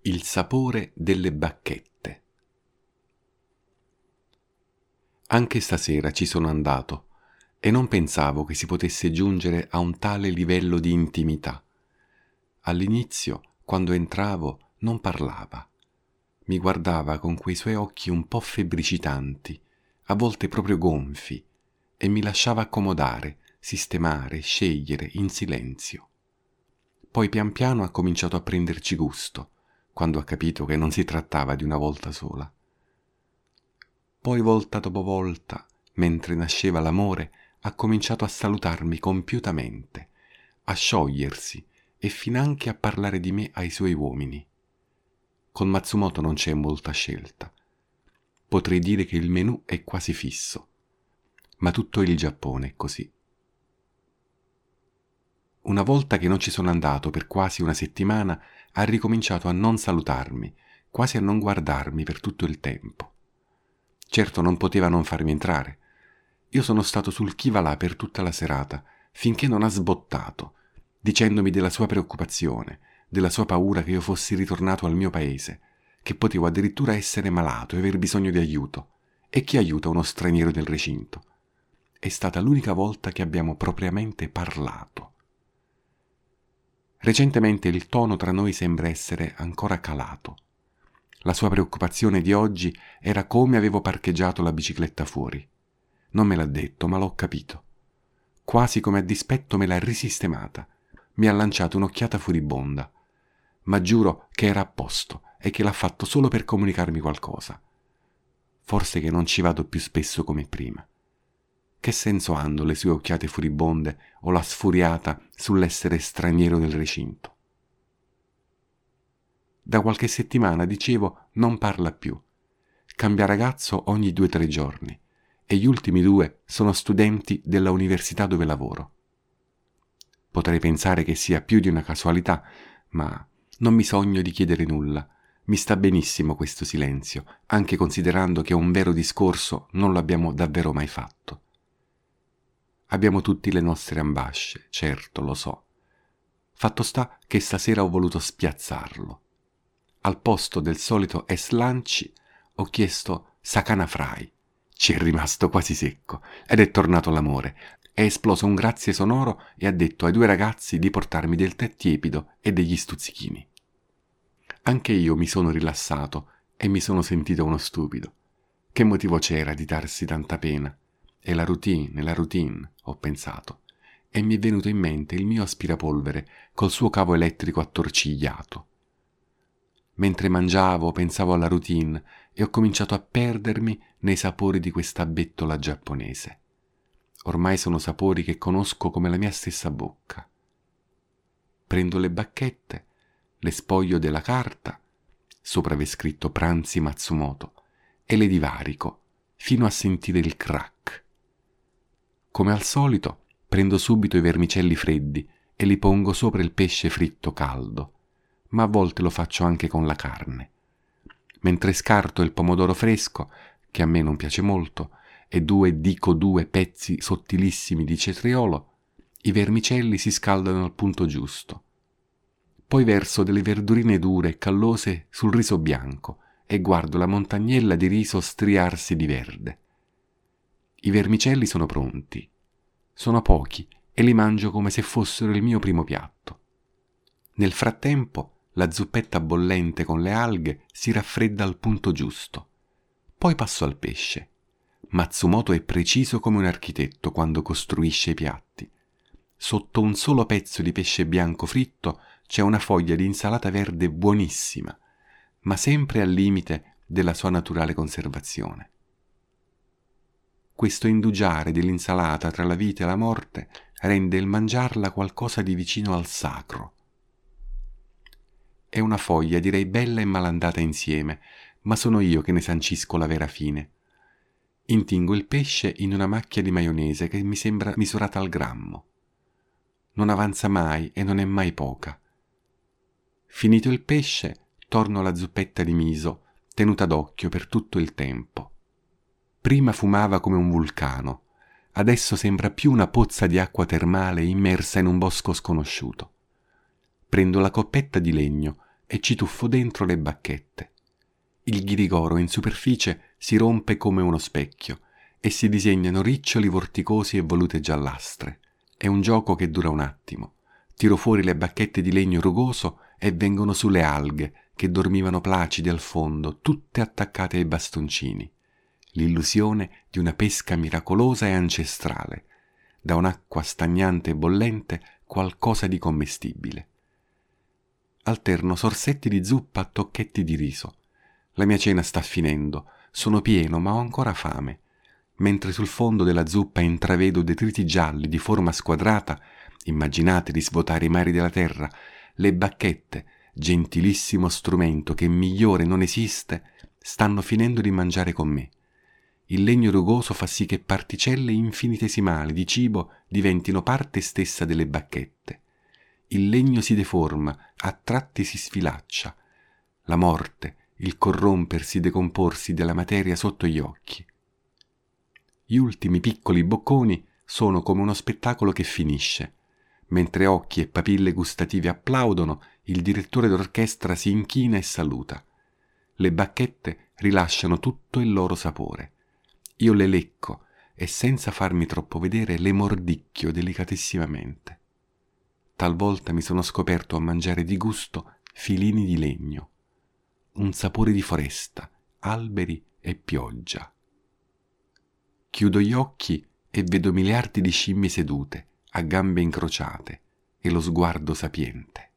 Il sapore delle bacchette. Anche stasera ci sono andato e non pensavo che si potesse giungere a un tale livello di intimità. All'inizio, quando entravo, non parlava. Mi guardava con quei suoi occhi un po' febbricitanti, a volte proprio gonfi, e mi lasciava accomodare, sistemare, scegliere in silenzio. Poi pian piano ha cominciato a prenderci gusto, quando ha capito che non si trattava di una volta sola. Poi volta dopo volta, mentre nasceva l'amore, ha cominciato a salutarmi compiutamente, a sciogliersi e finanche a parlare di me ai suoi uomini. Con Matsumoto non c'è molta scelta. Potrei dire che il menù è quasi fisso, ma tutto il Giappone è così. Una volta che non ci sono andato per quasi una settimana, ha ricominciato a non salutarmi, quasi a non guardarmi per tutto il tempo. Certo non poteva non farmi entrare. Io sono stato sul chi va là per tutta la serata, finché non ha sbottato, dicendomi della sua preoccupazione, della sua paura che io fossi ritornato al mio paese, che potevo addirittura essere malato e aver bisogno di aiuto. E chi aiuta uno straniero nel recinto? È stata l'unica volta che abbiamo propriamente parlato. Recentemente il tono tra noi sembra essere ancora calato. La sua preoccupazione di oggi era come avevo parcheggiato la bicicletta fuori. Non me l'ha detto, ma l'ho capito. Quasi come a dispetto me l'ha risistemata. Mi ha lanciato un'occhiata furibonda. Ma giuro che era a posto e che l'ha fatto solo per comunicarmi qualcosa. Forse che non ci vado più spesso come prima. Che senso hanno le sue occhiate furibonde o la sfuriata sull'essere straniero nel recinto? Da qualche settimana, dicevo, non parla più. Cambia ragazzo ogni 2 o 3 giorni e gli ultimi 2 sono studenti della università dove lavoro. Potrei pensare che sia più di una casualità, ma non mi sogno di chiedere nulla. Mi sta benissimo questo silenzio, anche considerando che un vero discorso non lo abbiamo davvero mai fatto. Abbiamo tutti le nostre ambasce, certo, lo so. Fatto sta che stasera ho voluto spiazzarlo. Al posto del solito S-Lunch ho chiesto Sakana Fry. Ci è rimasto quasi secco ed è tornato l'amore. È esploso un grazie sonoro e ha detto ai 2 ragazzi di portarmi del tè tiepido e degli stuzzichini. Anche io mi sono rilassato e mi sono sentito uno stupido. Che motivo c'era di darsi tanta pena? È la routine, ho pensato. E mi è venuto in mente il mio aspirapolvere col suo cavo elettrico attorcigliato. Mentre mangiavo pensavo alla routine e ho cominciato a perdermi nei sapori di questa bettola giapponese. Ormai sono sapori che conosco come la mia stessa bocca. Prendo le bacchette, le spoglio della carta, sopra v'è scritto Pranzi Matsumoto, e le divarico fino a sentire il crack. Come al solito, prendo subito i vermicelli freddi e li pongo sopra il pesce fritto caldo, ma a volte lo faccio anche con la carne. Mentre scarto il pomodoro fresco, che a me non piace molto, e 2 pezzi sottilissimi di cetriolo, i vermicelli si scaldano al punto giusto. Poi verso delle verdurine dure e callose sul riso bianco e guardo la montagnella di riso striarsi di verde. I vermicelli sono pronti. Sono pochi e li mangio come se fossero il mio primo piatto. Nel frattempo la zuppetta bollente con le alghe si raffredda al punto giusto. Poi passo al pesce. Matsumoto è preciso come un architetto quando costruisce i piatti. Sotto un solo pezzo di pesce bianco fritto c'è una foglia di insalata verde buonissima, ma sempre al limite della sua naturale conservazione. Questo indugiare dell'insalata tra la vita e la morte rende il mangiarla qualcosa di vicino al sacro. È una foglia, direi, bella e malandata insieme, ma sono io che ne sancisco la vera fine. Intingo il pesce in una macchia di maionese che mi sembra misurata al grammo. Non avanza mai e non è mai poca. Finito il pesce, torno alla zuppetta di miso, tenuta d'occhio per tutto il tempo. Prima fumava come un vulcano, adesso sembra più una pozza di acqua termale immersa in un bosco sconosciuto. Prendo la coppetta di legno, e ci tuffo dentro le bacchette. Il ghirigoro in superficie si rompe come uno specchio e si disegnano riccioli vorticosi e volute giallastre. È un gioco che dura un attimo. Tiro fuori le bacchette di legno rugoso e vengono sulle alghe che dormivano placide al fondo, tutte attaccate ai bastoncini. L'illusione di una pesca miracolosa e ancestrale. Da un'acqua stagnante e bollente qualcosa di commestibile. Alterno sorsetti di zuppa a tocchetti di riso. La mia cena sta finendo, sono pieno ma ho ancora fame. Mentre sul fondo della zuppa intravedo detriti gialli di forma squadrata, immaginate di svuotare i mari della terra, le bacchette, gentilissimo strumento che migliore non esiste, stanno finendo di mangiare con me. Il legno rugoso fa sì che particelle infinitesimali di cibo diventino parte stessa delle bacchette. Il legno si deforma, a tratti si sfilaccia. La morte, il corrompersi, decomporsi della materia sotto gli occhi. Gli ultimi piccoli bocconi sono come uno spettacolo che finisce. Mentre occhi e papille gustative applaudono, il direttore d'orchestra si inchina e saluta. Le bacchette rilasciano tutto il loro sapore. Io le lecco e senza farmi troppo vedere le mordicchio delicatissimamente. Talvolta mi sono scoperto a mangiare di gusto filini di legno. Un sapore di foresta, alberi e pioggia. Chiudo gli occhi e vedo miliardi di scimmie sedute, a gambe incrociate, e lo sguardo sapiente.